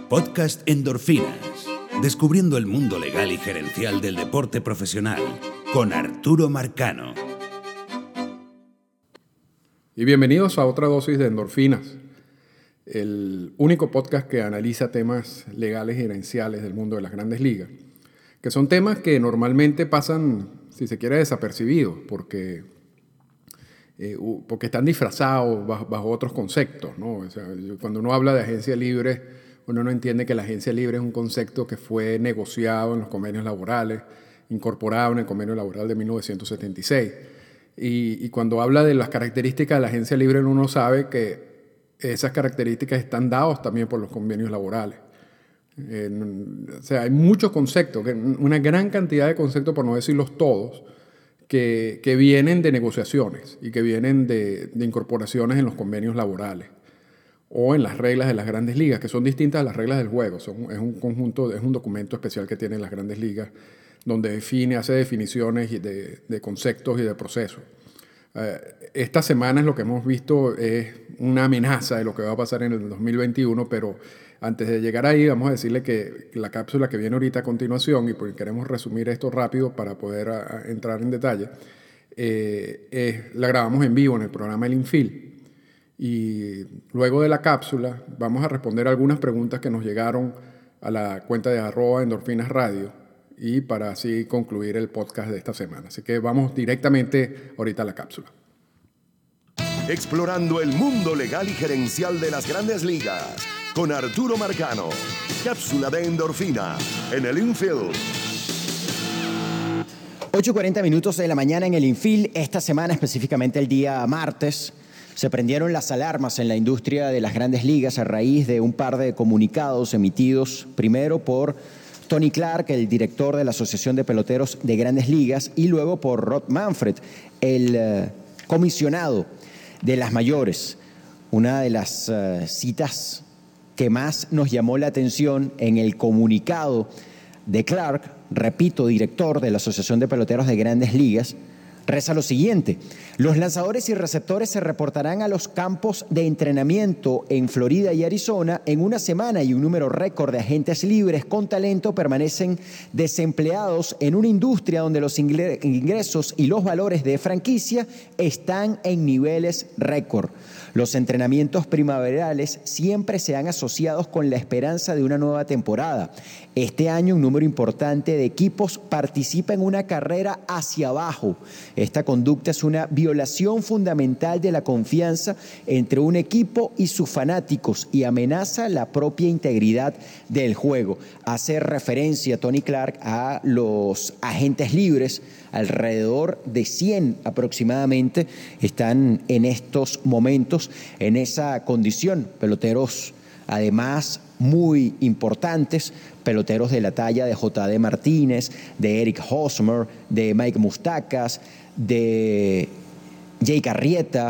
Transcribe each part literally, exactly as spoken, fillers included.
Podcast Endorfinas. Descubriendo el mundo legal y gerencial del deporte profesional con Arturo Marcano. Y bienvenidos a otra dosis de Endorfinas, el único podcast que analiza temas legales y gerenciales del mundo de las grandes ligas, que son temas que normalmente pasan, si se quiere, desapercibidos, porque, eh, porque están disfrazados bajo, bajo otros conceptos, ¿no? O sea, cuando uno habla de agencia libre, uno no entiende que la agencia libre es un concepto que fue negociado en los convenios laborales, incorporado en el convenio laboral de mil novecientos setenta y seis. Y, y cuando habla de las características de la agencia libre, uno sabe que esas características están dadas también por los convenios laborales. Eh, o sea, hay muchos conceptos, una gran cantidad de conceptos, por no decirlos todos, que, que vienen de negociaciones y que vienen de, de incorporaciones en los convenios laborales o en las reglas de las grandes ligas, que son distintas a las reglas del juego. Son, es un conjunto, es un documento especial que tienen las grandes ligas, donde define, hace definiciones de, de conceptos y de procesos. Eh, esta semana es lo que hemos visto, es una amenaza de lo que va a pasar en el dos mil veintiuno, pero antes de llegar ahí vamos a decirle que la cápsula que viene ahorita a continuación, y porque queremos resumir esto rápido para poder a, a entrar en detalle, eh, es, la grabamos en vivo en el programa El Infield. Y luego de la cápsula vamos a responder algunas preguntas que nos llegaron a la cuenta de arroba endorfinas radio, y para así concluir el podcast de esta semana. Así que vamos directamente ahorita a la cápsula. Explorando el mundo legal y gerencial de las grandes ligas con Arturo Marcano. Cápsula de endorfina en el Infield. ocho y cuarenta minutos de la mañana en el Infield. Esta semana, específicamente el día martes, se prendieron las alarmas en la industria de las grandes ligas a raíz de un par de comunicados emitidos primero por Tony Clark, el director de la Asociación de Peloteros de Grandes Ligas, y luego por Rob Manfred, el uh, comisionado de las mayores. Una de las uh, citas que más nos llamó la atención en el comunicado de Clark, repito, director de la Asociación de Peloteros de Grandes Ligas, reza lo siguiente: los lanzadores y receptores se reportarán a los campos de entrenamiento en Florida y Arizona en una semana, y un número récord de agentes libres con talento permanecen desempleados en una industria donde los ingresos y los valores de franquicia están en niveles récord. Los entrenamientos primaverales siempre se han asociado con la esperanza de una nueva temporada. Este año un número importante de equipos participa en una carrera hacia abajo. Esta conducta es una violación fundamental de la confianza entre un equipo y sus fanáticos y amenaza la propia integridad del juego. Hace referencia Tony Clark a los agentes libres. Alrededor de cien aproximadamente están en estos momentos en esa condición. Peloteros además muy importantes, peloteros de la talla de J D Martínez, de Eric Hosmer, de Mike Moustakas, de Jake Arrieta,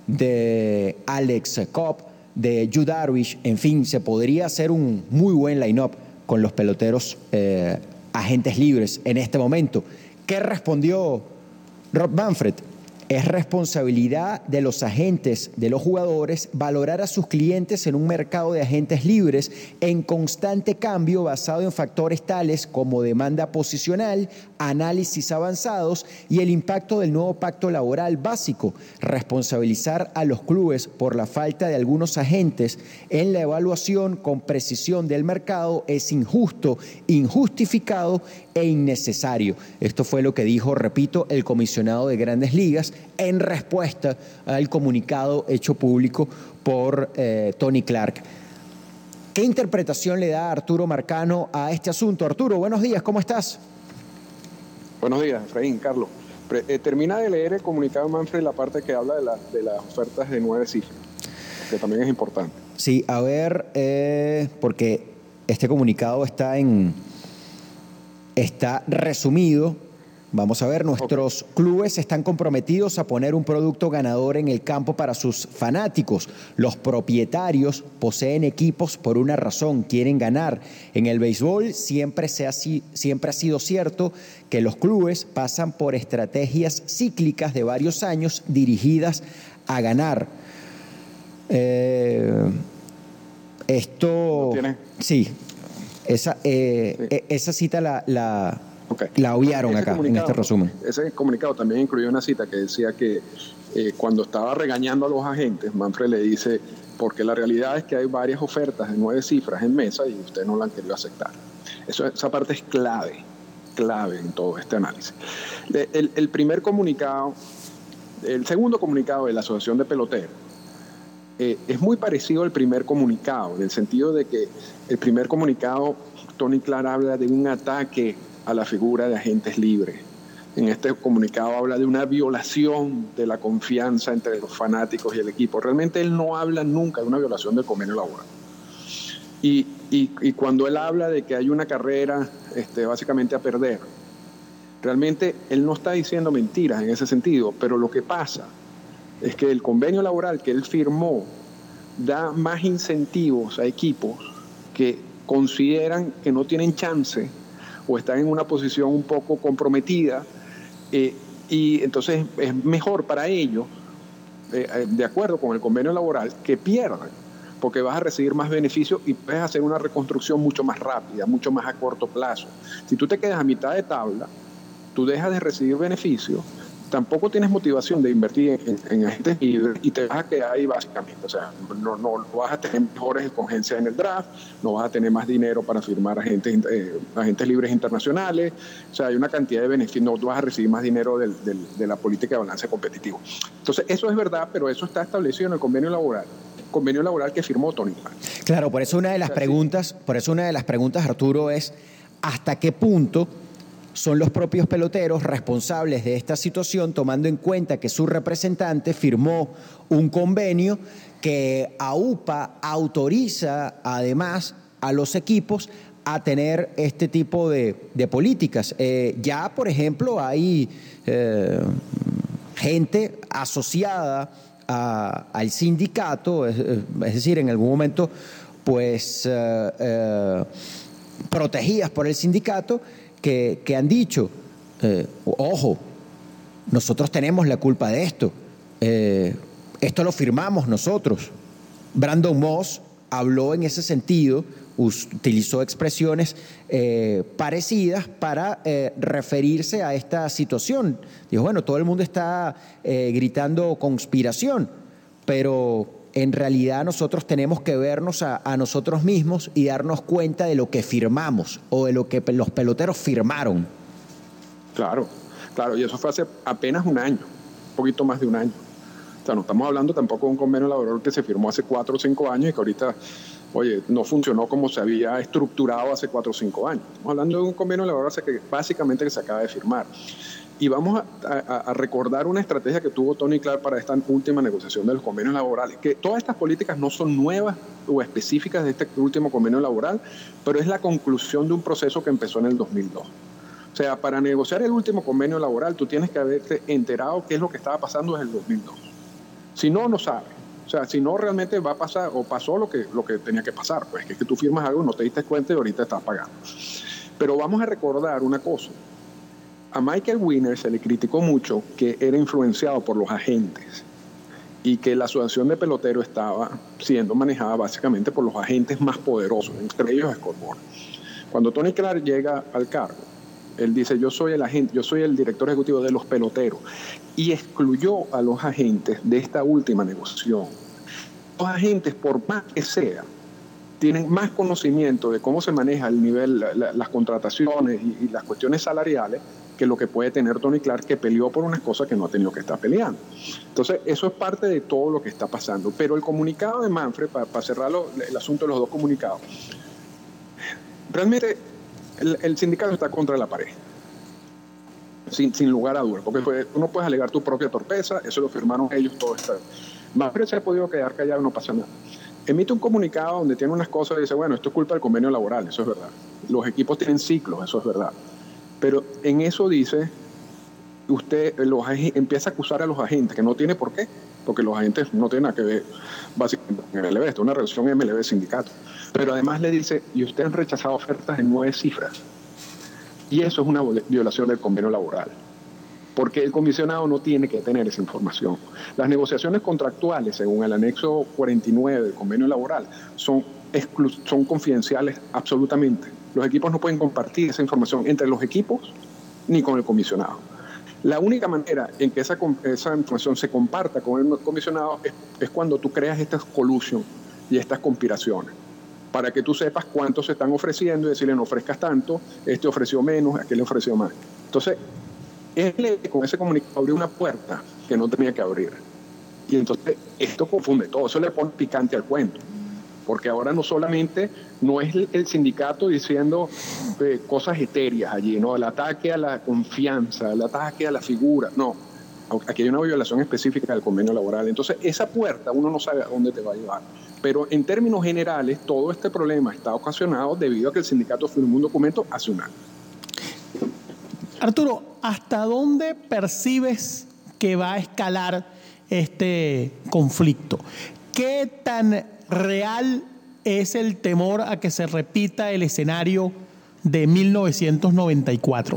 de Alex Cobb, de Yu Darvish. En fin, se podría hacer un muy buen line-up con los peloteros eh, agentes libres en este momento. ¿Qué respondió Rob Manfred? Es responsabilidad de los agentes, de los jugadores, valorar a sus clientes en un mercado de agentes libres en constante cambio basado en factores tales como demanda posicional, análisis avanzados y el impacto del nuevo pacto laboral básico. Responsabilizar a los clubes por la falta de algunos agentes en la evaluación con precisión del mercado es injusto, injustificado e innecesario. Esto fue lo que dijo, repito, el comisionado de Grandes Ligas en respuesta al comunicado hecho público por eh, Tony Clark. ¿Qué interpretación le da Arturo Marcano a este asunto? Arturo, buenos días, ¿cómo estás? Buenos días, Efraín, Carlos. Pre- eh, termina de leer el comunicado de Manfred, la parte que habla de, la, de las ofertas de nueve cifras, que también es importante. Sí, a ver, eh, porque este comunicado está en está resumido. Vamos a ver, nuestros okay. clubes están comprometidos a poner un producto ganador en el campo para sus fanáticos. Los propietarios poseen equipos por una razón, quieren ganar. En el béisbol siempre, se ha, siempre ha sido cierto que los clubes pasan por estrategias cíclicas de varios años dirigidas a ganar. Eh, esto... ¿No tiene? Sí, esa, eh, Sí. e- esa cita la, la, Okay. la obviaron Ese acá, en comunicado- este resumen. Ese comunicado también incluyó una cita que decía que eh, cuando estaba regañando a los agentes, Manfred le dice, porque la realidad es que hay varias ofertas de nueve cifras en mesa y usted no la han querido aceptar. Eso, esa parte es clave, clave en todo este análisis. De- el, el primer comunicado, el segundo comunicado de la Asociación de Peloteros, eh, es muy parecido al primer comunicado, en el sentido de que el primer comunicado, Tony Clark habla de un ataque a la figura de agentes libres. En este comunicado habla de una violación de la confianza entre los fanáticos y el equipo. Realmente él no habla nunca de una violación del convenio laboral. Y, y, y cuando él habla de que hay una carrera este, básicamente a perder, realmente él no está diciendo mentiras en ese sentido, pero lo que pasa es que el convenio laboral que él firmó da más incentivos a equipos que consideran que no tienen chance o están en una posición un poco comprometida, eh, y entonces es mejor para ellos, eh, de acuerdo con el convenio laboral, que pierdan, porque vas a recibir más beneficios y puedes hacer una reconstrucción mucho más rápida, mucho más a corto plazo. Si tú te quedas a mitad de tabla, tú dejas de recibir beneficios, tampoco tienes motivación de invertir en, en agentes libres y te vas a quedar ahí básicamente. O sea, no, no, no vas a tener mejores escogencias en el draft, no vas a tener más dinero para firmar agentes, eh, agentes libres internacionales. O sea, hay una cantidad de beneficios, no vas a recibir más dinero del, del, de la política de balance competitivo. Entonces, eso es verdad, pero eso está establecido en el convenio laboral. Convenio laboral que firmó Tony Clark. Claro, por eso una de las O sea, preguntas, sí. por eso una de las preguntas, Arturo, es ¿hasta qué punto son los propios peloteros responsables de esta situación, tomando en cuenta que su representante firmó un convenio que AUPA autoriza además a los equipos a tener este tipo de, de políticas? Eh, ya, por ejemplo, hay eh, gente asociada a, al sindicato, es, es decir, en algún momento, pues, eh, eh, protegidas por el sindicato, Que, que han dicho, eh, ojo, nosotros tenemos la culpa de esto, eh, esto lo firmamos nosotros. Brandon Moss habló en ese sentido, utilizó expresiones eh, parecidas para eh, referirse a esta situación. Dijo, bueno, todo el mundo está eh, gritando conspiración, pero en realidad nosotros tenemos que vernos a, a nosotros mismos y darnos cuenta de lo que firmamos o de lo que los peloteros firmaron. Claro, claro, y eso fue hace apenas un año, un poquito más de un año. O sea, no estamos hablando tampoco de un convenio laboral que se firmó hace cuatro o cinco años y que ahorita, oye, no funcionó como se había estructurado hace cuatro o cinco años. Estamos hablando de un convenio laboral que básicamente que se acaba de firmar. Y vamos a, a, a recordar una estrategia que tuvo Tony Clark para esta última negociación de los convenios laborales, que todas estas políticas no son nuevas o específicas de este último convenio laboral, pero es la conclusión de un proceso que empezó en el dos mil dos. O sea, para negociar el último convenio laboral, tú tienes que haberte enterado qué es lo que estaba pasando desde el dos mil dos. Si no, no sabes. O sea, si no, realmente va a pasar o pasó lo que, lo que tenía que pasar. Pues que es que tú firmas algo, no te diste cuenta y ahorita estás pagando. Pero vamos a recordar una cosa. A Michael Winner se le criticó mucho que era influenciado por los agentes y que la asociación de peloteros estaba siendo manejada básicamente por los agentes más poderosos, entre ellos Scott Boras. Cuando Tony Clark llega al cargo, él dice, yo soy el agente, yo soy el director ejecutivo de los peloteros, y excluyó a los agentes de esta última negociación. Los agentes, por más que sea, tienen más conocimiento de cómo se maneja el nivel, la, la, las contrataciones y, y las cuestiones salariales que lo que puede tener Tony Clark, que peleó por unas cosas que no ha tenido que estar peleando. Entonces, eso es parte de todo lo que está pasando. Pero el comunicado de Manfred, para, para cerrar lo, el asunto de los dos comunicados, realmente el, el sindicato está contra la pared, sin, sin lugar a dudas, porque fue, tú no puedes alegar tu propia torpeza, eso lo firmaron ellos, todo está. Manfred se ha podido quedar callado y no pasa nada. Emite un comunicado donde tiene unas cosas y dice, bueno, esto es culpa del convenio laboral, eso es verdad. Los equipos tienen ciclos, eso es verdad. Pero en eso dice, usted los, empieza a acusar a los agentes, que no tiene por qué, porque los agentes no tienen nada que ver básicamente con M L B, esto es una relación M L B-sindicato. Pero además le dice, y ustedes han rechazado ofertas en nueve cifras. Y eso es una violación del convenio laboral, porque el comisionado no tiene que tener esa información. Las negociaciones contractuales, según el anexo cuarenta y nueve del convenio laboral, son exclu- son confidenciales absolutamente. Los equipos no pueden compartir esa información entre los equipos ni con el comisionado. La única manera en que esa, esa información se comparta con el comisionado es, es cuando tú creas estas collusion y estas conspiraciones, para que tú sepas cuánto se están ofreciendo y decirle no ofrezcas tanto, este ofreció menos, aquel le ofreció más. Entonces, él con ese comunicado abrió una puerta que no tenía que abrir. Y entonces esto confunde todo, eso le pone picante al cuento. Porque ahora no solamente no es el sindicato diciendo eh, cosas etéreas allí, ¿no? El ataque a la confianza, el ataque a la figura, no. Aquí hay una violación específica del convenio laboral. Entonces, esa puerta uno no sabe a dónde te va a llevar. Pero en términos generales, todo este problema está ocasionado debido a que el sindicato firmó un documento hace un año. Arturo, ¿hasta dónde percibes que va a escalar este conflicto? ¿Qué tan real es el temor a que se repita el escenario de mil novecientos noventa y cuatro?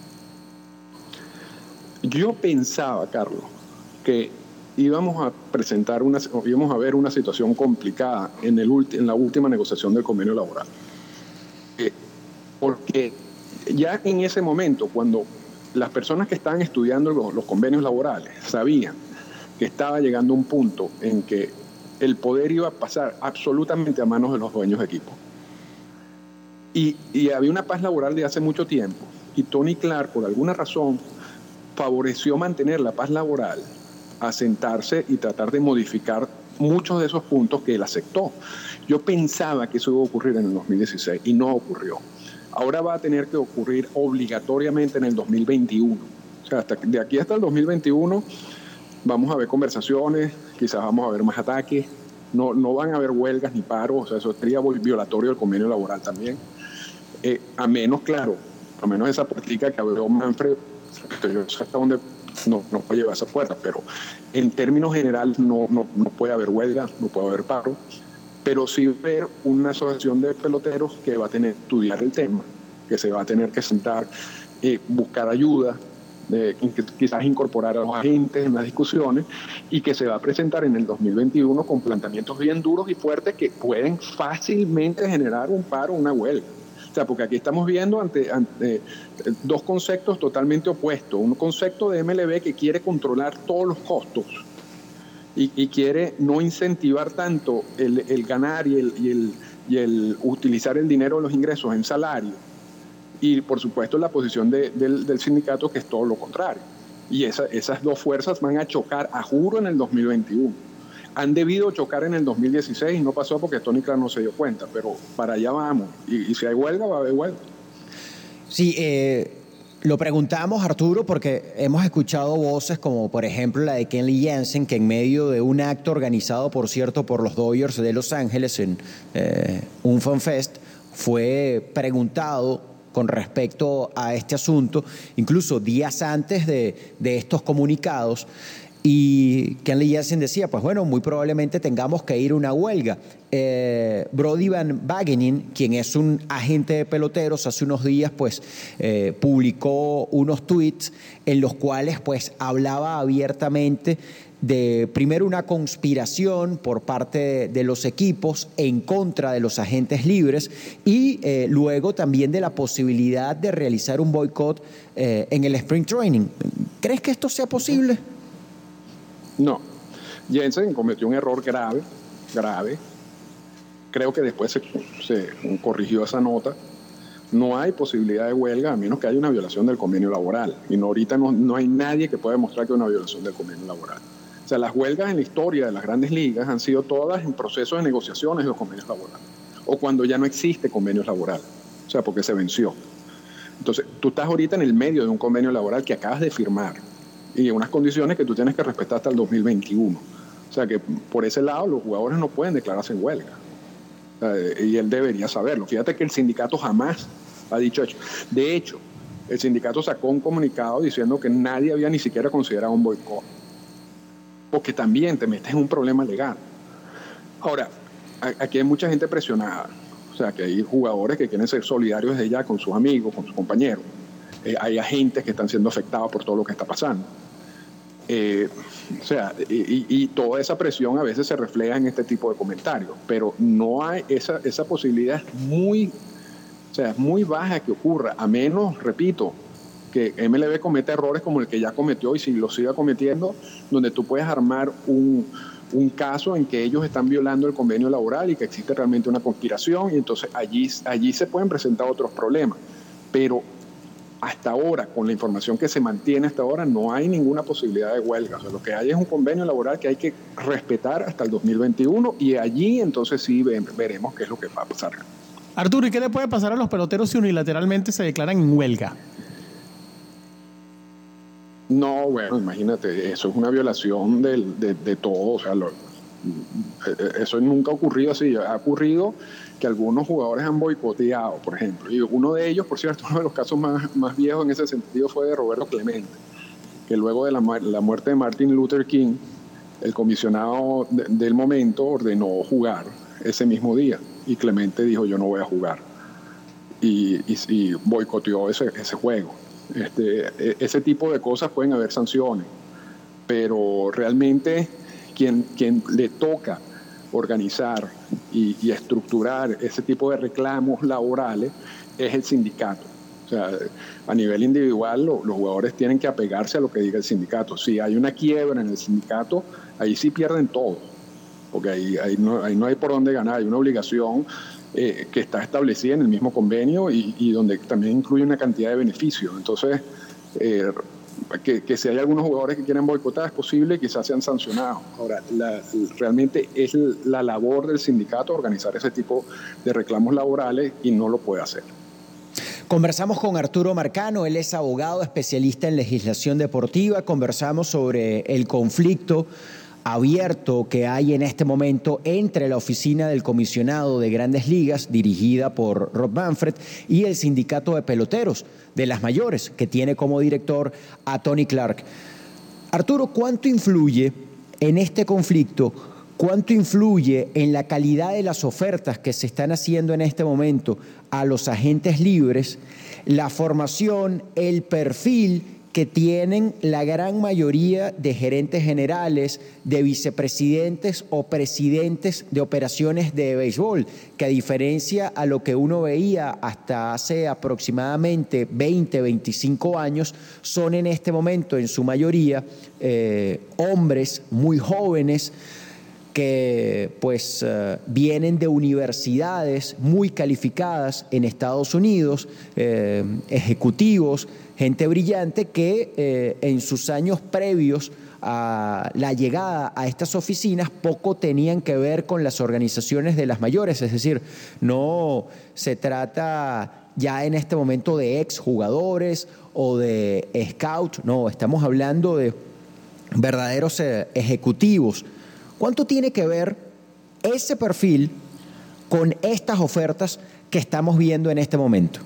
Yo pensaba, Carlos, que íbamos a presentar una, íbamos a ver una situación complicada en, el ulti, en la última negociación del convenio laboral. Eh, porque ya en ese momento, cuando las personas que estaban estudiando los, los convenios laborales sabían que estaba llegando un punto en que el poder iba a pasar absolutamente a manos de los dueños de equipo. Y, y había una paz laboral de hace mucho tiempo. Y Tony Clark, por alguna razón, favoreció mantener la paz laboral, a sentarse y tratar de modificar muchos de esos puntos que él aceptó. Yo pensaba que eso iba a ocurrir en el dos mil dieciséis y no ocurrió. Ahora va a tener que ocurrir obligatoriamente en el dos mil veintiuno. O sea, hasta, de aquí hasta el dos mil veintiuno vamos a ver conversaciones, quizás vamos a ver más ataques, no, no van a haber huelgas ni paros, o sea, eso sería violatorio del convenio laboral también. Eh, a menos, claro, a menos esa práctica que abrió Manfred, yo sé hasta dónde no, no puede llevar esa puerta, pero en términos generales no, no, no puede haber huelga, no puede haber paro, pero sí ver una asociación de peloteros que va a tener que estudiar el tema, que se va a tener que sentar, eh, buscar ayuda, de, quizás incorporar a los agentes en las discusiones y que se va a presentar en el dos mil veintiuno con planteamientos bien duros y fuertes que pueden fácilmente generar un paro, una huelga. O sea, porque aquí estamos viendo ante, ante dos conceptos totalmente opuestos. Un concepto de M L B que quiere controlar todos los costos y, y quiere no incentivar tanto el, el ganar y el, y, el, y el utilizar el dinero de los ingresos en salario. Y, por supuesto, la posición de, del, del sindicato, que es todo lo contrario. Y esa, esas dos fuerzas van a chocar, a juro, en el dos mil veintiuno. Han debido chocar en el dos mil dieciséis y no pasó porque Tony Clark no se dio cuenta, pero para allá vamos. Y, y si hay huelga, va a haber huelga. Sí, eh, lo preguntamos, Arturo, porque hemos escuchado voces como, por ejemplo, la de Kenley Jansen, que en medio de un acto organizado, por cierto, por los Dodgers de Los Ángeles, en eh, un FanFest, fue preguntado con respecto a este asunto, incluso días antes de, de estos comunicados, y Kenley Jansen decía, pues bueno, muy probablemente tengamos que ir a una huelga. Eh, Brody Van Wageningen, quien es un agente de peloteros, hace unos días pues eh, publicó unos tweets en los cuales pues hablaba abiertamente de, primero, una conspiración por parte de, de los equipos en contra de los agentes libres y eh, luego también de la posibilidad de realizar un boicot eh, en el Spring Training. ¿Crees que esto sea posible? No. Jansen cometió un error grave, grave. Creo que después se, se corrigió esa nota. No hay posibilidad de huelga a menos que haya una violación del convenio laboral. Y no, ahorita no, no hay nadie que pueda demostrar que hay una violación del convenio laboral. O sea, las huelgas en la historia de las grandes ligas han sido todas en procesos de negociaciones de los convenios laborales. O cuando ya no existe convenio laboral. O sea, porque se venció. Entonces, tú estás ahorita en el medio de un convenio laboral que acabas de firmar. Y en unas condiciones que tú tienes que respetar hasta el dos mil veintiuno. O sea que por ese lado los jugadores no pueden declararse en huelga. O sea, y él debería saberlo. Fíjate que el sindicato jamás ha dicho eso. De hecho, el sindicato sacó un comunicado diciendo que nadie había ni siquiera considerado un boicot. Porque también te metes en un problema legal. Ahora, aquí hay mucha gente presionada. O sea, que hay jugadores que quieren ser solidarios desde ya con sus amigos, con sus compañeros. Eh, hay agentes que están siendo afectados por todo lo que está pasando. Eh, o sea, y, y toda esa presión a veces se refleja en este tipo de comentarios, pero no hay esa, esa posibilidad es muy, o sea, es muy baja que ocurra, a menos, repito, que M L B cometa errores como el que ya cometió y si lo siga cometiendo, donde tú puedes armar un, un caso en que ellos están violando el convenio laboral y que existe realmente una conspiración, y entonces allí, allí se pueden presentar otros problemas. Pero hasta ahora, con la información que se mantiene hasta ahora, no hay ninguna posibilidad de huelga. O sea, lo que hay es un convenio laboral que hay que respetar hasta el dos mil veintiuno y allí entonces sí ve, veremos qué es lo que va a pasar. Arturo, ¿y qué le puede pasar a los peloteros si unilateralmente se declaran en huelga? No, bueno, imagínate, eso es una violación del, de, de todo, o sea, lo, eso nunca ha ocurrido así, ha ocurrido que algunos jugadores han boicoteado, por ejemplo, y uno de ellos, por cierto, uno de los casos más, más viejos en ese sentido fue de Roberto Clemente, que luego de la, la muerte de Martin Luther King, el comisionado de, del momento ordenó jugar ese mismo día, y Clemente dijo, yo no voy a jugar, y, y, y boicoteó ese, ese juego. Este, ese tipo de cosas pueden haber sanciones, pero realmente quien, quien le toca organizar y, y estructurar ese tipo de reclamos laborales es el sindicato. O sea, a nivel individual lo, los jugadores tienen que apegarse a lo que diga el sindicato. Si hay una quiebra en el sindicato, ahí sí pierden todo, porque ahí, ahí, no, ahí no hay por dónde ganar, hay una obligación Eh, que está establecida en el mismo convenio y, y donde también incluye una cantidad de beneficios. Entonces, eh, que, que si hay algunos jugadores que quieren boicotar es posible, quizás sean sancionados. Ahora, la, realmente es la labor del sindicato organizar ese tipo de reclamos laborales y no lo puede hacer. Conversamos con Arturo Marcano, él es abogado especialista en legislación deportiva, conversamos sobre el conflicto abierto que hay en este momento entre la oficina del comisionado de Grandes Ligas, dirigida por Rob Manfred, y el sindicato de peloteros de las mayores, que tiene como director a Tony Clark. Arturo, ¿cuánto influye en este conflicto? ¿Cuánto influye en la calidad de las ofertas que se están haciendo en este momento a los agentes libres, la formación, el perfil que tienen la gran mayoría de gerentes generales, de vicepresidentes o presidentes de operaciones de béisbol, que a diferencia a lo que uno veía hasta hace aproximadamente veinte, veinticinco años, son en este momento en su mayoría eh, hombres muy jóvenes que pues uh, vienen de universidades muy calificadas en Estados Unidos, eh, ejecutivos, gente brillante que eh, en sus años previos a la llegada a estas oficinas poco tenían que ver con las organizaciones de las mayores, es decir, no se trata ya en este momento de exjugadores o de scouts, no, estamos hablando de verdaderos eh, ejecutivos. ¿Cuánto tiene que ver ese perfil con estas ofertas que estamos viendo en este momento?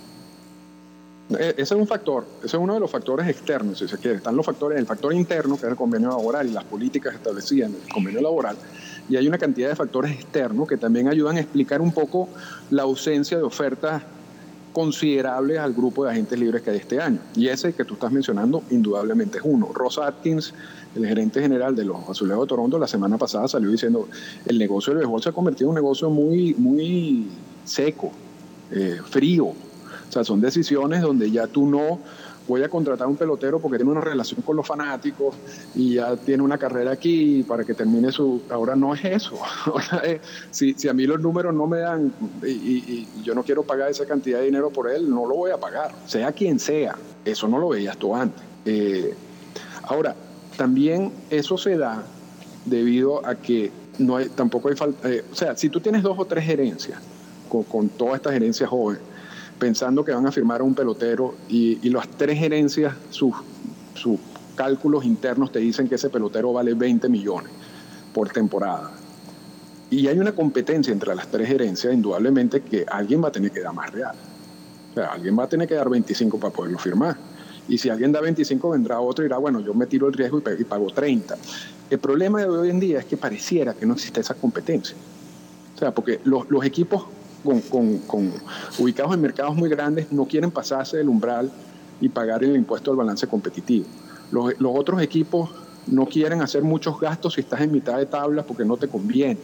Ese es un factor, ese es uno de los factores externos, si se quiere. Están los factores, el factor interno, que es el convenio laboral y las políticas establecidas en el convenio laboral, y hay una cantidad de factores externos que también ayudan a explicar un poco la ausencia de ofertas considerables al grupo de agentes libres que hay este año. Y ese que tú estás mencionando, indudablemente es uno. Ross Atkins, el gerente general de los Azulejos de Toronto, la semana pasada salió diciendo el negocio del béisbol se ha convertido en un negocio muy, muy seco, eh, frío. O sea, son decisiones donde ya tú no voy a contratar a un pelotero porque tiene una relación con los fanáticos y ya tiene una carrera aquí para que termine su... Ahora no es eso. Ahora es, si, si a mí los números no me dan y, y, y yo no quiero pagar esa cantidad de dinero por él, no lo voy a pagar, sea quien sea. Eso no lo veías tú antes. Eh, ahora, también eso se da debido a que no hay, tampoco hay falta... Eh, o sea, si tú tienes dos o tres gerencias con, con toda esta gerencia joven, pensando que van a firmar a un pelotero y, y las tres gerencias, sus, sus cálculos internos te dicen que ese pelotero vale veinte millones por temporada. Y hay una competencia entre las tres gerencias, indudablemente que alguien va a tener que dar más real. O sea, alguien va a tener que dar veinticinco para poderlo firmar. Y si alguien da veinticinco, vendrá otro y dirá, bueno, yo me tiro el riesgo y pago treinta. El problema de hoy en día es que pareciera que no existe esa competencia. O sea, porque los, los equipos Con, con, con, ubicados en mercados muy grandes no quieren pasarse del umbral y pagar el impuesto al balance competitivo. Los, los otros equipos no quieren hacer muchos gastos si estás en mitad de tabla porque no te conviene.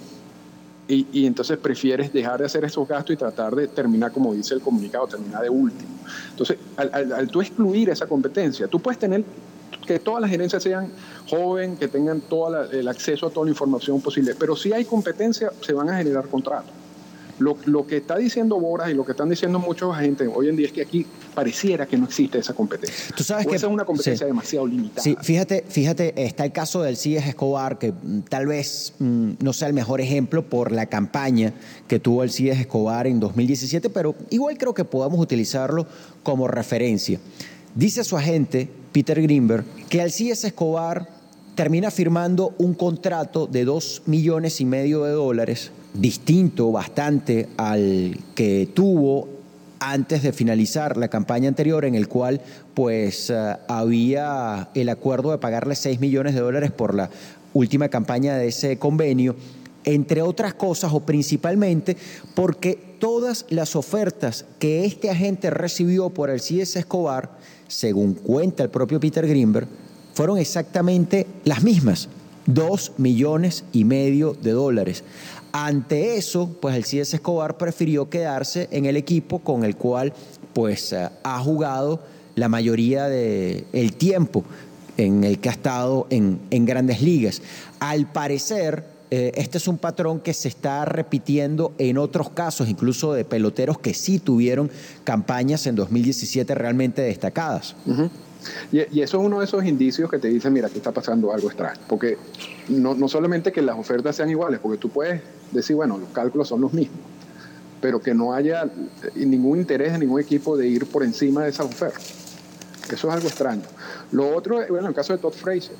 Y, y entonces prefieres dejar de hacer esos gastos y tratar de terminar, como dice el comunicado, terminar de último. Entonces, al, al, al tú excluir esa competencia, tú puedes tener que todas las gerencias sean jóvenes, que tengan todo la, el acceso a toda la información posible, pero si hay competencia, se van a generar contratos. Lo, lo que está diciendo Boras y lo que están diciendo muchos agentes hoy en día es que aquí pareciera que no existe esa competencia. Tú sabes o que esa es una competencia sí. demasiado limitada. Sí, fíjate, fíjate, está el caso del C I E S Escobar, que mm, tal vez mm, no sea el mejor ejemplo por la campaña que tuvo el C I E S Escobar en dos mil diecisiete, pero igual creo que podemos utilizarlo como referencia. Dice su agente, Peter Greenberg, que el C I E S Escobar termina firmando un contrato de dos millones y medio de dólares, distinto bastante al que tuvo antes de finalizar la campaña anterior, en el cual pues uh, había el acuerdo de pagarle seis millones de dólares por la última campaña de ese convenio, entre otras cosas o principalmente porque todas las ofertas que este agente recibió por el C I E S Escobar, según cuenta el propio Peter Greenberg, fueron exactamente las mismas, dos millones y medio de dólares. Ante eso, pues el C I E S Escobar prefirió quedarse en el equipo con el cual pues uh, ha jugado la mayoría del tiempo en el que ha estado en, en Grandes Ligas. Al parecer, eh, este es un patrón que se está repitiendo en otros casos, incluso de peloteros que sí tuvieron campañas en dos mil diecisiete realmente destacadas. Uh-huh. Y, y eso es uno de esos indicios que te dicen, mira, aquí está pasando algo extraño. Porque no, no solamente que las ofertas sean iguales, porque tú puedes decir, bueno, los cálculos son los mismos, pero que no haya ningún interés de ningún equipo de ir por encima de esas ofertas. Eso es algo extraño. Lo otro, bueno, el caso de Todd Frazier.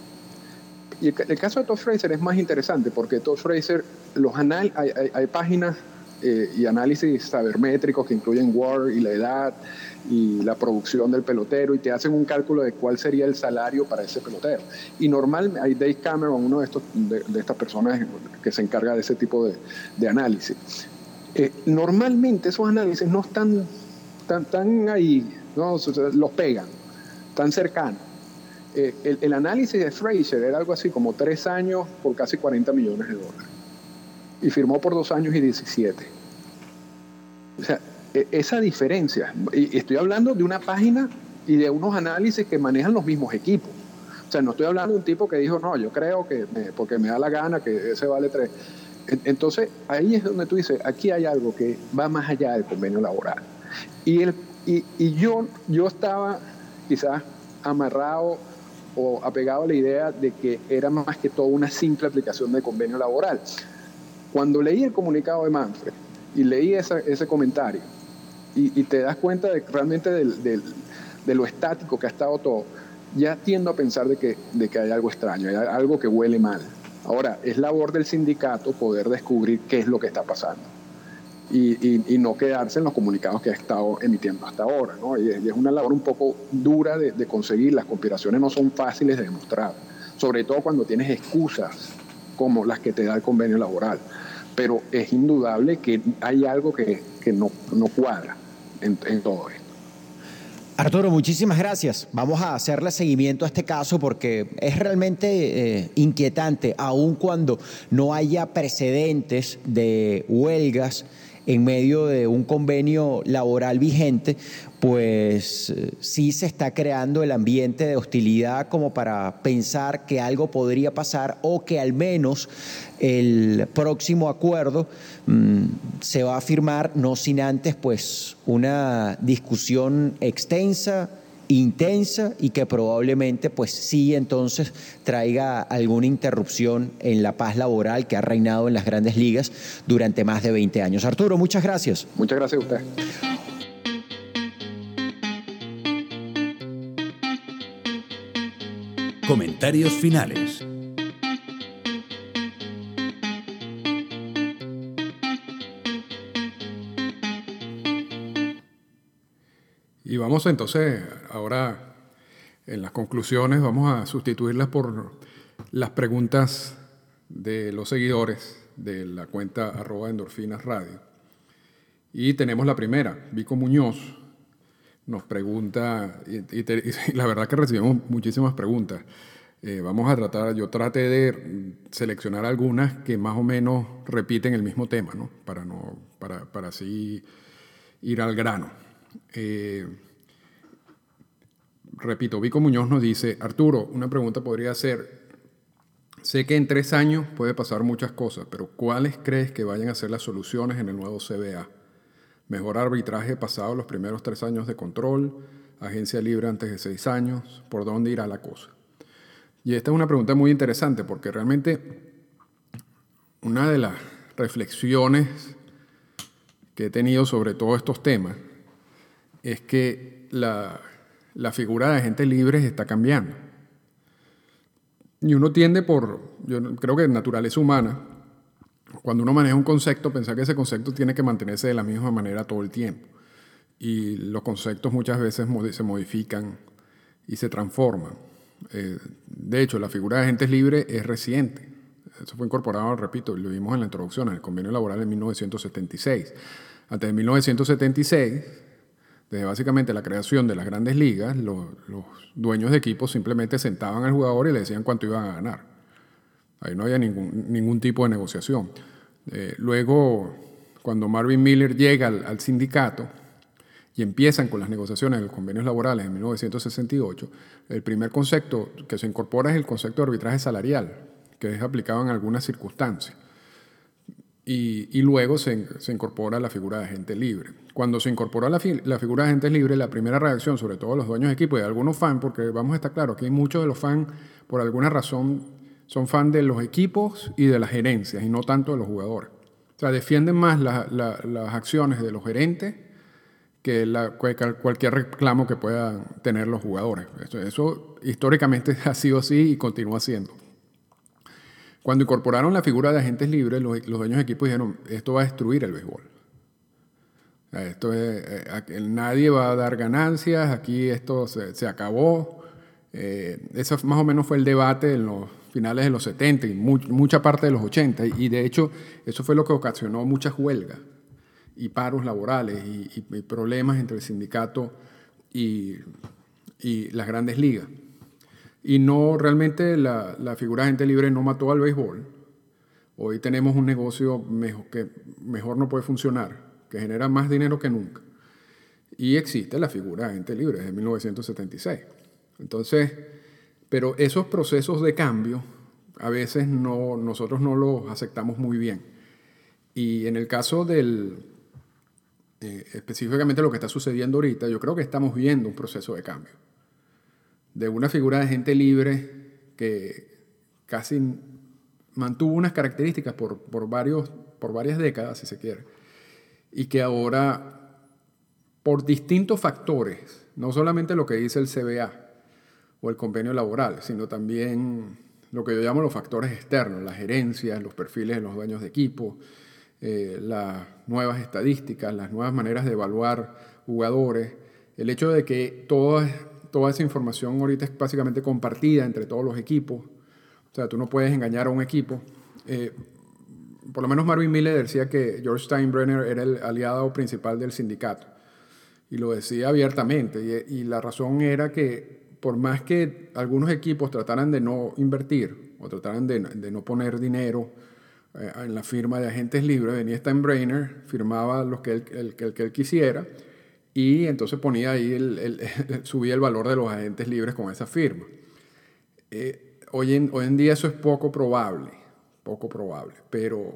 Y el, el caso de Todd Frazier es más interesante porque Todd Frazier, los anal, hay, hay, hay páginas eh, y análisis sabermétricos que incluyen W A R y la edad y la producción del pelotero y te hacen un cálculo de cuál sería el salario para ese pelotero. Y normal, hay Dave Cameron, uno de, estos, de, de estas personas que se encarga de ese tipo de, de análisis. Eh, normalmente esos análisis no están tan, tan ahí, no, los pegan, tan cercanos. Eh, el, el análisis de Frazier era algo así como tres años por casi cuarenta millones de dólares. Y firmó por dos años y diecisiete. O sea, esa diferencia, y estoy hablando de una página y de unos análisis que manejan los mismos equipos. O sea, no estoy hablando de un tipo que dijo, no, yo creo que, me, porque me da la gana, que ese vale tres. Entonces, ahí es donde tú dices, aquí hay algo que va más allá del convenio laboral. Y, el, y, y yo, yo estaba quizás amarrado o apegado a la idea de que era más que todo una simple aplicación del convenio laboral. Cuando leí el comunicado de Manfred y leí esa, ese comentario, Y, y te das cuenta de realmente del, del, de lo estático que ha estado todo, ya tiendo a pensar de que, de que hay algo extraño, hay algo que huele mal. Ahora, es labor del sindicato poder descubrir qué es lo que está pasando y, y, y no quedarse en los comunicados que ha estado emitiendo hasta ahora, ¿no? Y, y es una labor un poco dura de, de conseguir, las conspiraciones no son fáciles de demostrar, sobre todo cuando tienes excusas como las que te da el convenio laboral. Pero es indudable que hay algo que, que no, no cuadra en, en todo esto. Arturo, muchísimas gracias. Vamos a hacerle seguimiento a este caso porque es realmente eh, inquietante, aun cuando no haya precedentes de huelgas en medio de un convenio laboral vigente, pues eh, sí se está creando el ambiente de hostilidad como para pensar que algo podría pasar o que al menos el próximo acuerdo mmm, se va a firmar, no sin antes pues una discusión extensa, intensa y que probablemente pues sí entonces traiga alguna interrupción en la paz laboral que ha reinado en las Grandes Ligas durante más de veinte años. Arturo, muchas gracias. Muchas gracias a usted. Comentarios finales. Y vamos entonces, ahora en las conclusiones, vamos a sustituirlas por las preguntas de los seguidores de la cuenta arroba endorfinas radio. Y tenemos la primera. Vico Muñoz nos pregunta, y, y, te, y la verdad que recibimos muchísimas preguntas. Eh, vamos a tratar, yo traté de seleccionar algunas que más o menos repiten el mismo tema, ¿no? Para, no, para, para así ir al grano. Eh, repito, Vico Muñoz nos dice, Arturo, una pregunta podría ser, sé que en tres años puede pasar muchas cosas, pero ¿cuáles crees que vayan a ser las soluciones en el nuevo C B A? Mejor arbitraje pasado los primeros tres años de control, agencia libre antes de seis años, ¿por dónde irá la cosa? Y esta es una pregunta muy interesante porque realmente una de las reflexiones que he tenido sobre todos estos temas es que la, la figura de agentes libres está cambiando. Y uno tiende por, yo creo que naturaleza humana, cuando uno maneja un concepto, pensar que ese concepto tiene que mantenerse de la misma manera todo el tiempo. Y los conceptos muchas veces se modifican y se transforman. Eh, de hecho, la figura de agentes libres es reciente. Eso fue incorporado, repito, lo vimos en la introducción, en el convenio laboral en mil novecientos setenta y seis. Antes de mil novecientos setenta y seis, desde básicamente la creación de las grandes ligas, los, los dueños de equipos simplemente sentaban al jugador y le decían cuánto iban a ganar. Ahí no había ningún, ningún tipo de negociación. Eh, luego, cuando Marvin Miller llega al, al sindicato, y empiezan con las negociaciones de los convenios laborales en mil novecientos sesenta y ocho, el primer concepto que se incorpora es el concepto de arbitraje salarial, que es aplicado en algunas circunstancias. Y, y luego se, se incorpora la figura de agente libre. Cuando se incorporó la, fi, la figura de agente libre, la primera reacción, sobre todo los dueños de equipo y de algunos fans, porque vamos a estar claros, que hay muchos de los fans, por alguna razón, son fans de los equipos y de las gerencias, y no tanto de los jugadores. O sea, defienden más la, la, las acciones de los gerentes que la, cualquier reclamo que puedan tener los jugadores. Eso, eso históricamente ha sido así y continúa siendo. Cuando incorporaron la figura de agentes libres, los, los dueños de equipo dijeron, esto va a destruir el béisbol. Esto es, eh, nadie va a dar ganancias, aquí esto se, se acabó. Eh, eso más o menos fue el debate en los finales de los setenta y mu mucha parte de los ochenta. Y de hecho, eso fue lo que ocasionó muchas huelgas y paros laborales y, y, y problemas entre el sindicato y, y las grandes ligas. Y no, realmente la, la figura de agente libre no mató al béisbol. Hoy tenemos un negocio mejor, que mejor no puede funcionar, que genera más dinero que nunca. Y existe la figura de agente libre desde mil novecientos setenta y seis. Entonces, pero esos procesos de cambio a veces no, nosotros no los aceptamos muy bien. Y en el caso del... Eh, específicamente lo que está sucediendo ahorita, yo creo que estamos viendo un proceso de cambio. De una figura de agente libre que casi mantuvo unas características por, por, varios, por varias décadas, si se quiere, y que ahora, por distintos factores, no solamente lo que dice el C B A o el convenio laboral, sino también lo que yo llamo los factores externos, las gerencias, los perfiles de los dueños de equipo, eh, las nuevas estadísticas, las nuevas maneras de evaluar jugadores, el hecho de que toda, toda esa información ahorita es básicamente compartida entre todos los equipos. O sea, tú no puedes engañar a un equipo. Eh, por lo menos Marvin Miller decía que George Steinbrenner era el aliado principal del sindicato. Y lo decía abiertamente. Y, y la razón era que por más que algunos equipos trataran de no invertir o trataran de, de no poner dinero eh, en la firma de agentes libres, venía Steinbrenner, firmaba los que él, el, el que él quisiera y entonces ponía ahí, el, el, el, subía el valor de los agentes libres con esa firma. Eh, hoy, en, hoy en día eso es poco probable, poco probable, pero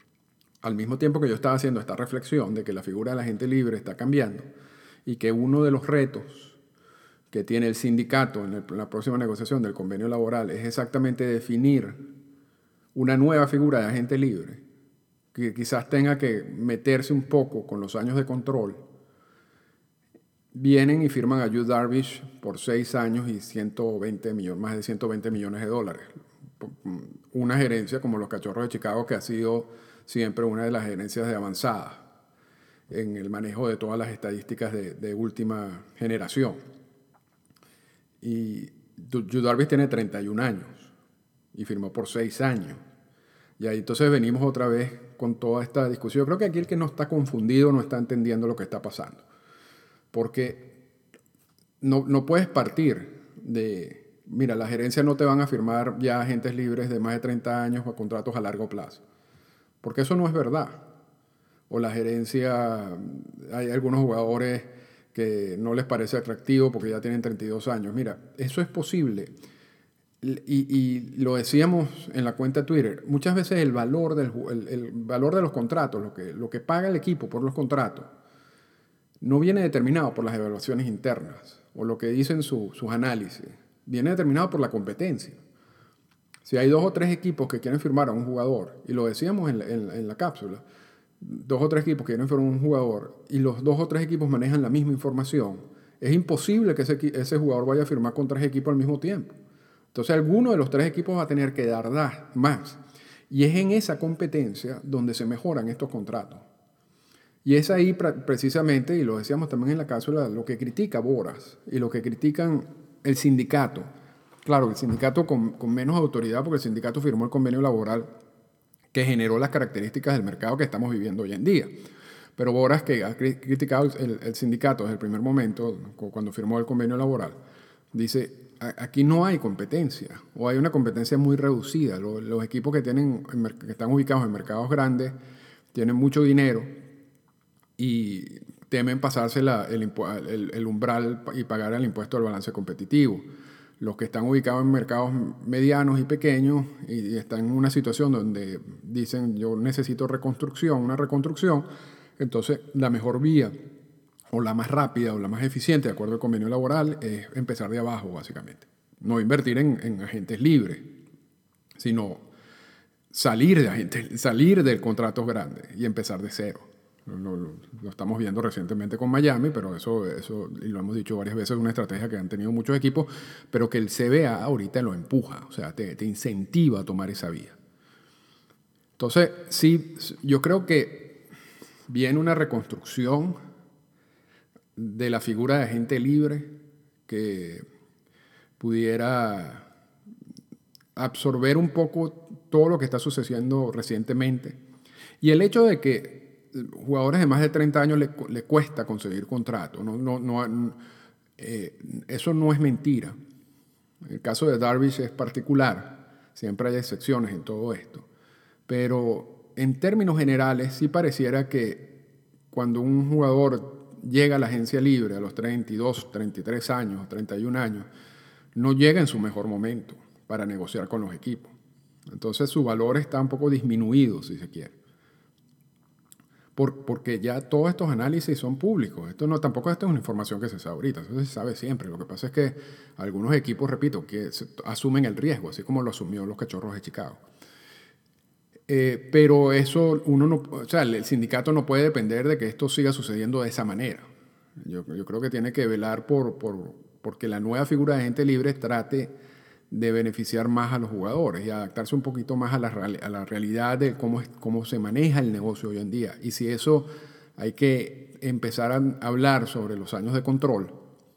al mismo tiempo que yo estaba haciendo esta reflexión de que la figura del agente libre está cambiando y que uno de los retos que tiene el sindicato en, el, en la próxima negociación del convenio laboral es exactamente definir una nueva figura de agente libre que quizás tenga que meterse un poco con los años de control. Vienen y firman a Yu Darvish por seis años y ciento veinte millones, más de ciento veinte millones de dólares. Una gerencia como los Cachorros de Chicago, que ha sido siempre una de las gerencias de avanzada en el manejo de todas las estadísticas de, de última generación. Y Yu Darvish tiene treinta y un años y firmó por seis años. Y ahí entonces venimos otra vez con toda esta discusión. Yo creo que aquí el que no está confundido no está entendiendo lo que está pasando. Porque no, no puedes partir de, mira, la gerencia no te van a firmar ya agentes libres de más de treinta años o contratos a largo plazo, porque eso no es verdad. O la gerencia, hay algunos jugadores que no les parece atractivo porque ya tienen treinta y dos años. Mira, eso es posible. Y, y lo decíamos en la cuenta de Twitter, muchas veces el valor, del, el, el valor de los contratos, lo que, lo que paga el equipo por los contratos, no viene determinado por las evaluaciones internas o lo que dicen su, sus análisis, viene determinado por la competencia. Si hay dos o tres equipos que quieren firmar a un jugador, y lo decíamos en la, en, en la cápsula, dos o tres equipos que quieren firmar a un jugador y los dos o tres equipos manejan la misma información, es imposible que ese, ese jugador vaya a firmar con tres equipos al mismo tiempo. Entonces alguno de los tres equipos va a tener que dar, dar más. Y es en esa competencia donde se mejoran estos contratos. Y es ahí precisamente, y lo decíamos también en la cápsula, lo que critica Boras y lo que critican el sindicato. Claro, el sindicato con, con menos autoridad, porque el sindicato firmó el convenio laboral que generó las características del mercado que estamos viviendo hoy en día. Pero Boras, que ha criticado el, el sindicato desde el primer momento, cuando firmó el convenio laboral, dice, aquí no hay competencia, o hay una competencia muy reducida. Los, los equipos que, tienen, que están ubicados en mercados grandes tienen mucho dinero y temen pasarse la, el, el, el umbral y pagar el impuesto al balance competitivo. Los que están ubicados en mercados medianos y pequeños y están en una situación donde dicen yo necesito reconstrucción, una reconstrucción, entonces la mejor vía o la más rápida o la más eficiente, de acuerdo al convenio laboral, es empezar de abajo, básicamente. No invertir en, en agentes libres, sino salir, de agentes, salir del contrato grande y empezar de cero. Lo, lo, lo estamos viendo recientemente con Miami, pero eso, eso, y lo hemos dicho varias veces, es una estrategia que han tenido muchos equipos, pero que el C B A ahorita lo empuja, o sea, te, te incentiva a tomar esa vía. Entonces, sí, yo creo que viene una reconstrucción de la figura de agente libre que pudiera absorber un poco todo lo que está sucediendo recientemente. Y el hecho de que jugadores de más de treinta años le, le cuesta conseguir contrato, no, no, no, eh, eso no es mentira. El caso de Darvish es particular, siempre hay excepciones en todo esto, pero en términos generales sí pareciera que cuando un jugador llega a la agencia libre a los treinta y dos, treinta y tres años, treinta y un años, no llega en su mejor momento para negociar con los equipos. Entonces su valor está un poco disminuido, si se quiere. Por, porque ya todos estos análisis son públicos. Esto no, tampoco esto es una información que se sabe ahorita, eso se sabe siempre. Lo que pasa es que algunos equipos, repito, que se, asumen el riesgo, así como lo asumió los Cachorros de Chicago. Eh, pero eso uno no, o sea, el sindicato no puede depender de que esto siga sucediendo de esa manera. Yo, yo creo que tiene que velar por, por porque la nueva figura de agente libre trate de beneficiar más a los jugadores y adaptarse un poquito más a la, a la realidad de cómo, es, cómo se maneja el negocio hoy en día. Y si eso hay que empezar a hablar sobre los años de control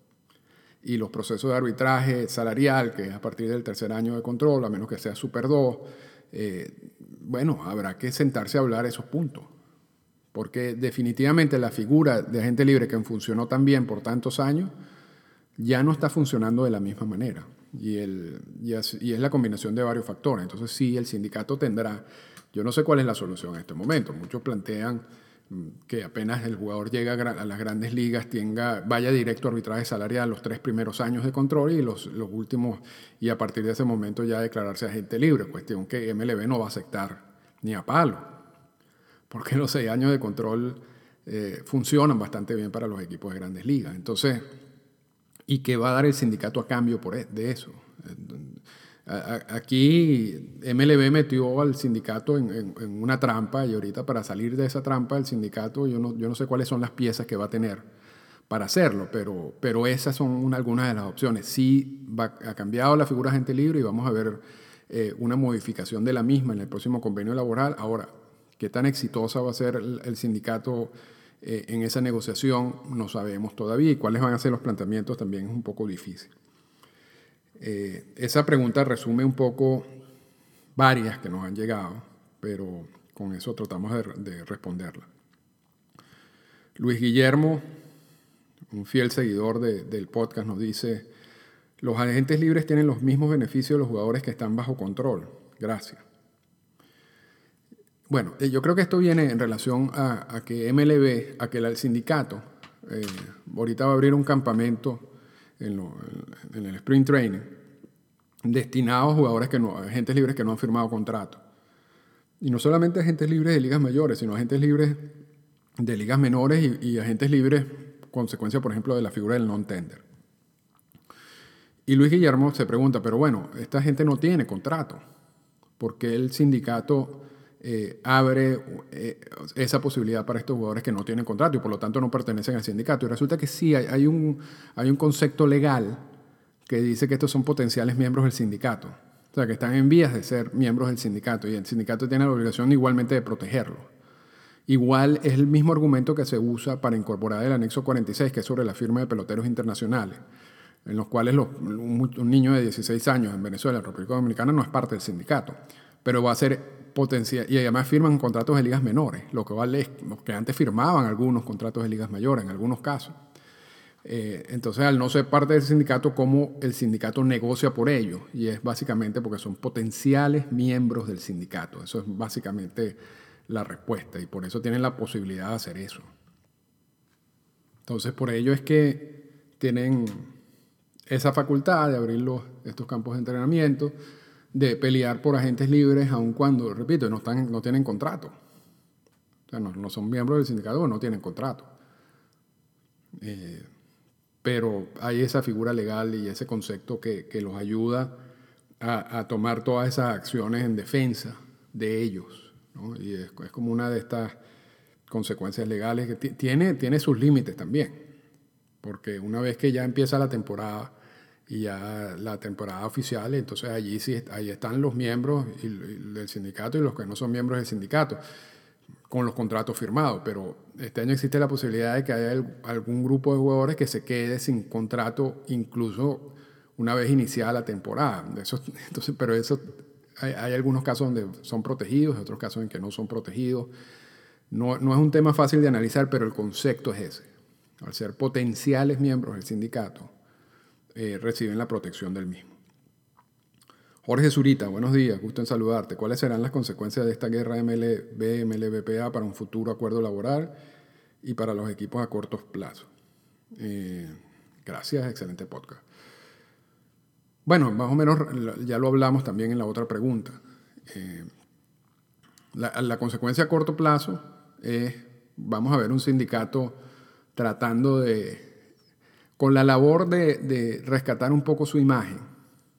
y los procesos de arbitraje salarial, que es a partir del tercer año de control, a menos que sea Super dos, eh, bueno, habrá que sentarse a hablar esos puntos. Porque definitivamente la figura de agente libre que funcionó tan bien por tantos años ya no está funcionando de la misma manera. Y, el, y, es, y es la combinación de varios factores. Entonces sí, el sindicato tendrá, yo no sé cuál es la solución en este momento. Muchos plantean que apenas el jugador llega a las grandes ligas tenga, vaya directo a arbitraje salarial los tres primeros años de control y los, los últimos, y a partir de ese momento ya declararse agente libre, cuestión que M L B no va a aceptar ni a palo, porque los seis años de control eh, funcionan bastante bien para los equipos de grandes ligas. Entonces, ¿y qué va a dar el sindicato a cambio por de eso? Aquí M L B metió al sindicato en, en, en una trampa y ahorita para salir de esa trampa el sindicato, yo no, yo no sé cuáles son las piezas que va a tener para hacerlo, pero, pero esas son una, algunas de las opciones. Sí va, ha cambiado la figura de agente libre y vamos a ver eh, una modificación de la misma en el próximo convenio laboral. Ahora, ¿qué tan exitosa va a ser el, el sindicato Eh, en esa negociación? No sabemos todavía, y cuáles van a ser los planteamientos también es un poco difícil. Eh, esa pregunta resume un poco varias que nos han llegado, pero con eso tratamos de, de responderla. Luis Guillermo, un fiel seguidor de, del podcast, nos dice: los agentes libres tienen los mismos beneficios de los jugadores que están bajo control. Gracias. Bueno, yo creo que esto viene en relación a, a que M L B, a que el sindicato, eh, ahorita va a abrir un campamento en, lo, en el Spring Training destinado a jugadores que no, agentes libres que no han firmado contrato. Y no solamente agentes libres de ligas mayores, sino agentes libres de ligas menores y, y agentes libres, consecuencia, por ejemplo, de la figura del non-tender. Y Luis Guillermo se pregunta, pero bueno, esta gente no tiene contrato. ¿Por qué el sindicato eh, abre eh, esa posibilidad para estos jugadores que no tienen contrato y por lo tanto no pertenecen al sindicato? Y resulta que sí, hay, hay, un, hay un concepto legal que dice que estos son potenciales miembros del sindicato. O sea, que están en vías de ser miembros del sindicato y el sindicato tiene la obligación igualmente de protegerlos. Igual es el mismo argumento que se usa para incorporar el anexo cuarenta y seis, que es sobre la firma de peloteros internacionales, en los cuales los, un, un niño de dieciséis años en Venezuela, en República Dominicana, no es parte del sindicato, pero va a ser potencial, y además firman contratos de ligas menores, lo que vale es los que antes firmaban algunos contratos de ligas mayores, en algunos casos. Eh, entonces, al no ser parte del sindicato, ¿cómo el sindicato negocia por ellos? Y es básicamente porque son potenciales miembros del sindicato. Eso es básicamente la respuesta, y por eso tienen la posibilidad de hacer eso. Entonces, por ello es que tienen esa facultad de abrir los, estos campos de entrenamiento, de pelear por agentes libres, aun cuando, repito, no, están, no tienen contrato. O sea, no, no son miembros del sindicato, no tienen contrato. Eh, pero hay esa figura legal y ese concepto que, que los ayuda a, a tomar todas esas acciones en defensa de ellos, ¿no? Y es, es como una de estas consecuencias legales que t- tiene, tiene sus límites también, porque una vez que ya empieza la temporada y ya la temporada oficial, entonces allí sí ahí están los miembros y, y del sindicato y los que no son miembros del sindicato con los contratos firmados, pero este año existe la posibilidad de que haya el, algún grupo de jugadores que se quede sin contrato incluso una vez iniciada la temporada. Eso, entonces, pero eso, hay, hay algunos casos donde son protegidos, otros casos en que no son protegidos. No, no es un tema fácil de analizar, pero el concepto es ese. Al ser potenciales miembros del sindicato, eh, reciben la protección del mismo. Jorge Zurita, buenos días, gusto en saludarte. ¿Cuáles serán las consecuencias de esta guerra M L B M L B P A para un futuro acuerdo laboral y para los equipos a cortos plazos? Eh, gracias, excelente podcast. Bueno, más o menos ya lo hablamos también en la otra pregunta. Eh, la, la consecuencia a corto plazo es, vamos a ver un sindicato tratando de, con la labor de, de rescatar un poco su imagen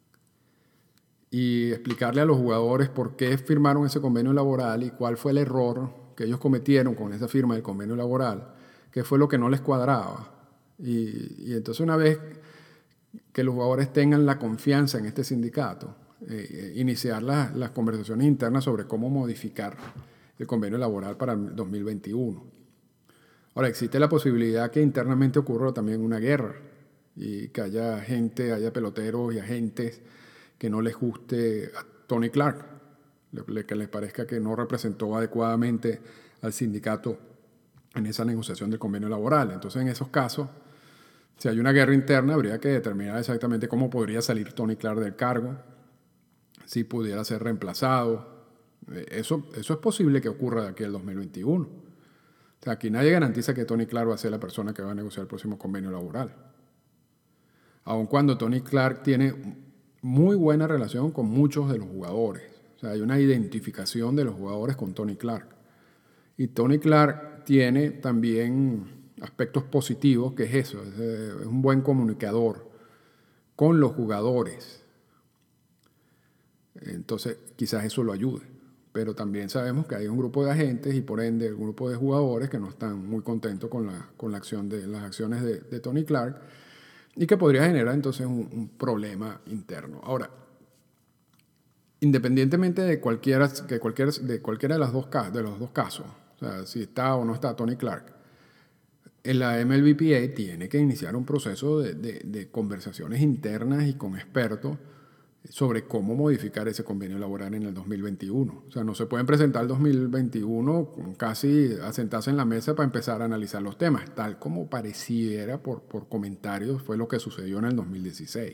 y explicarle a los jugadores por qué firmaron ese convenio laboral y cuál fue el error que ellos cometieron con esa firma del convenio laboral, qué fue lo que no les cuadraba. Y, y entonces una vez que los jugadores tengan la confianza en este sindicato, eh, iniciar la, las conversaciones internas sobre cómo modificar el convenio laboral para el dos mil veintiuno. Ahora, existe la posibilidad que internamente ocurra también una guerra y que haya gente, haya peloteros y agentes que no les guste a Tony Clark, que les parezca que no representó adecuadamente al sindicato en esa negociación del convenio laboral. Entonces, en esos casos, si hay una guerra interna, habría que determinar exactamente cómo podría salir Tony Clark del cargo, si pudiera ser reemplazado. Eso, eso es posible que ocurra de aquí al dos mil veintiuno. O sea, aquí nadie garantiza que Tony Clark va a ser la persona que va a negociar el próximo convenio laboral. Aun cuando Tony Clark tiene muy buena relación con muchos de los jugadores. O sea, hay una identificación de los jugadores con Tony Clark. Y Tony Clark tiene también aspectos positivos, que es eso, es, es un buen comunicador con los jugadores. Entonces, quizás eso lo ayude. Pero también sabemos que hay un grupo de agentes y por ende un grupo de jugadores que no están muy contentos con la, con la acción de, las acciones de, de Tony Clark, y que podría generar entonces un, un problema interno. Ahora, independientemente de cualquiera, que cualquiera, de cualquiera de, las dos, de los dos casos, o sea, si está o no está Tony Clark, la M L B P A tiene que iniciar un proceso de, de, de conversaciones internas y con expertos sobre cómo modificar ese convenio laboral en el dos mil veintiuno. O sea, no se pueden presentar el dos mil veintiuno casi a sentarse en la mesa para empezar a analizar los temas, tal como pareciera por, por comentarios fue lo que sucedió en el dos mil dieciséis.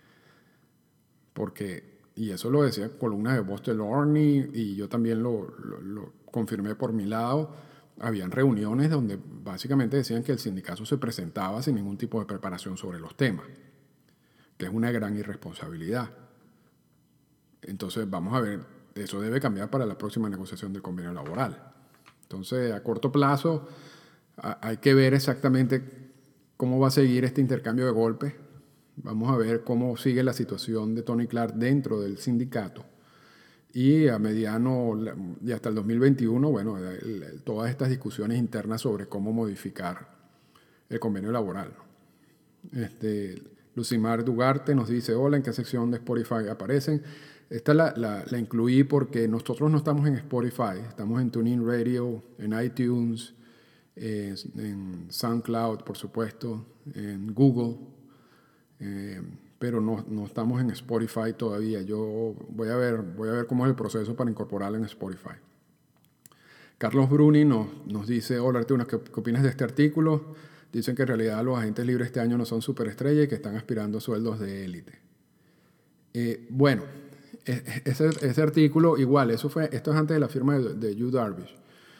Porque, y eso lo decía columna de Buster Olney, y yo también lo, lo, lo confirmé por mi lado, habían reuniones donde básicamente decían que el sindicato se presentaba sin ningún tipo de preparación sobre los temas, que es una gran irresponsabilidad. Entonces, vamos a ver, eso debe cambiar para la próxima negociación del convenio laboral. Entonces, a corto plazo, a, hay que ver exactamente cómo va a seguir este intercambio de golpes. Vamos a ver cómo sigue la situación de Tony Clark dentro del sindicato. Y a mediano y hasta el dos mil veintiuno, bueno, el, el, todas estas discusiones internas sobre cómo modificar el convenio laboral. Este, Lucimar Dugarte nos dice, hola, ¿en qué sección de Spotify aparecen? Esta la, la, la incluí porque nosotros no estamos en Spotify, estamos en TuneIn Radio, en iTunes, eh, en SoundCloud, por supuesto, en Google, eh, pero no, no estamos en Spotify todavía. Yo voy a ver, voy a ver cómo es el proceso para incorporarla en Spotify. Carlos Bruni nos, nos dice, hola Arturo, ¿qué, ¿qué opinas de este artículo? Dicen que en realidad los agentes libres este año no son superestrellas y que están aspirando a sueldos de élite. Eh, bueno, ese, ese artículo, igual, eso fue, esto es antes de la firma de, de Yu Darvish.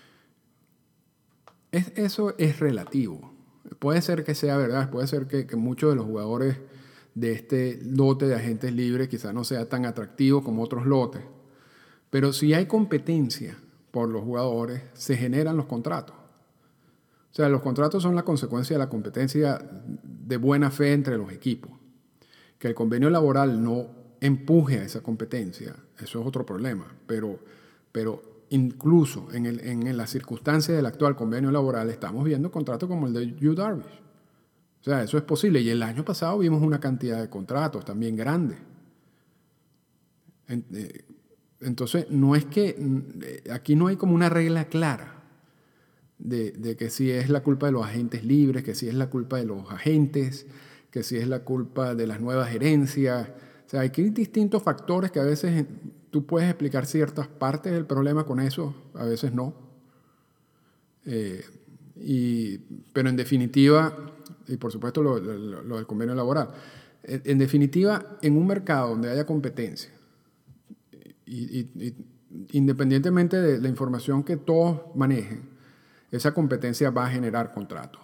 Es, eso es relativo. Puede ser que sea verdad, puede ser que, que muchos de los jugadores de este lote de agentes libres quizás no sea tan atractivo como otros lotes. Pero si hay competencia por los jugadores, se generan los contratos. O sea, los contratos son la consecuencia de la competencia de buena fe entre los equipos. Que el convenio laboral no empuje a esa competencia, eso es otro problema. Pero, pero incluso en, el, en las circunstancias del actual convenio laboral estamos viendo contratos como el de Yu Darvish. O sea, eso es posible. Y el año pasado vimos una cantidad de contratos también grandes. Entonces, no es que aquí no hay como una regla clara de, de que si es la culpa de los agentes libres, que si es la culpa de los agentes, que si es la culpa de las nuevas gerencias. O sea, hay distintos factores que a veces tú puedes explicar ciertas partes del problema con eso, a veces no. Eh, y, pero en definitiva, y por supuesto lo, lo, lo del convenio laboral, en, en definitiva, en un mercado donde haya competencia, y, y, y independientemente de la información que todos manejen, esa competencia va a generar contratos.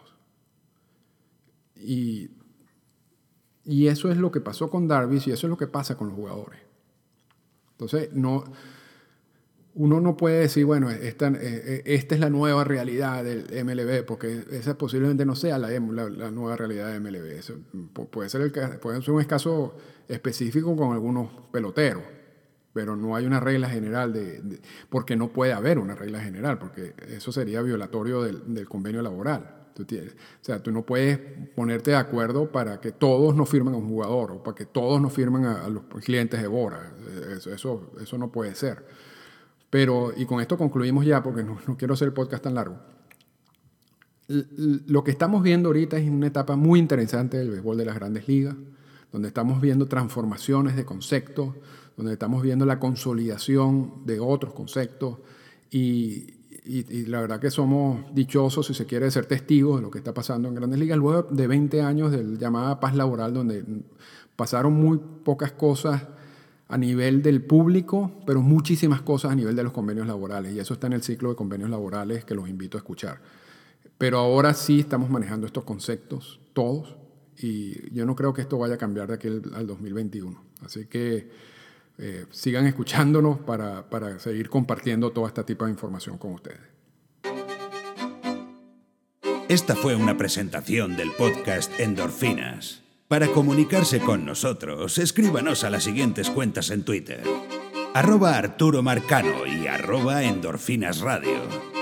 Y, y eso es lo que pasó con Darvish y eso es lo que pasa con los jugadores. Entonces, no, uno no puede decir, bueno, esta, esta es la nueva realidad del M L B, porque esa posiblemente no sea la, la, la nueva realidad del M L B. Eso puede ser, el, puede ser un caso específico con algunos peloteros, pero no hay una regla general, de, de, porque no puede haber una regla general, porque eso sería violatorio del, del convenio laboral. Tú tienes, o sea, tú no puedes ponerte de acuerdo para que todos no firmen a un jugador o para que todos no firmen a, a los clientes de Bora. Eso, eso, eso no puede ser. Pero, y con esto concluimos ya, porque no, no quiero hacer el podcast tan largo. L- lo que estamos viendo ahorita es una etapa muy interesante del béisbol de las Grandes Ligas, donde estamos viendo transformaciones de conceptos, donde estamos viendo la consolidación de otros conceptos y, y, y la verdad que somos dichosos, si se quiere, de ser testigos de lo que está pasando en Grandes Ligas luego de veinte años de la llamada paz laboral, donde pasaron muy pocas cosas a nivel del público, pero muchísimas cosas a nivel de los convenios laborales, y eso está en el ciclo de convenios laborales que los invito a escuchar. Pero ahora sí estamos manejando estos conceptos todos, y yo no creo que esto vaya a cambiar de aquí al, al dos mil veintiuno. Así que Eh, sigan escuchándonos para, para seguir compartiendo todo este tipo de información con ustedes. Esta fue una presentación del podcast Endorfinas. Para comunicarse con nosotros, escríbanos a las siguientes cuentas en Twitter: arroba Arturo Marcano y arroba Endorfinas Radio.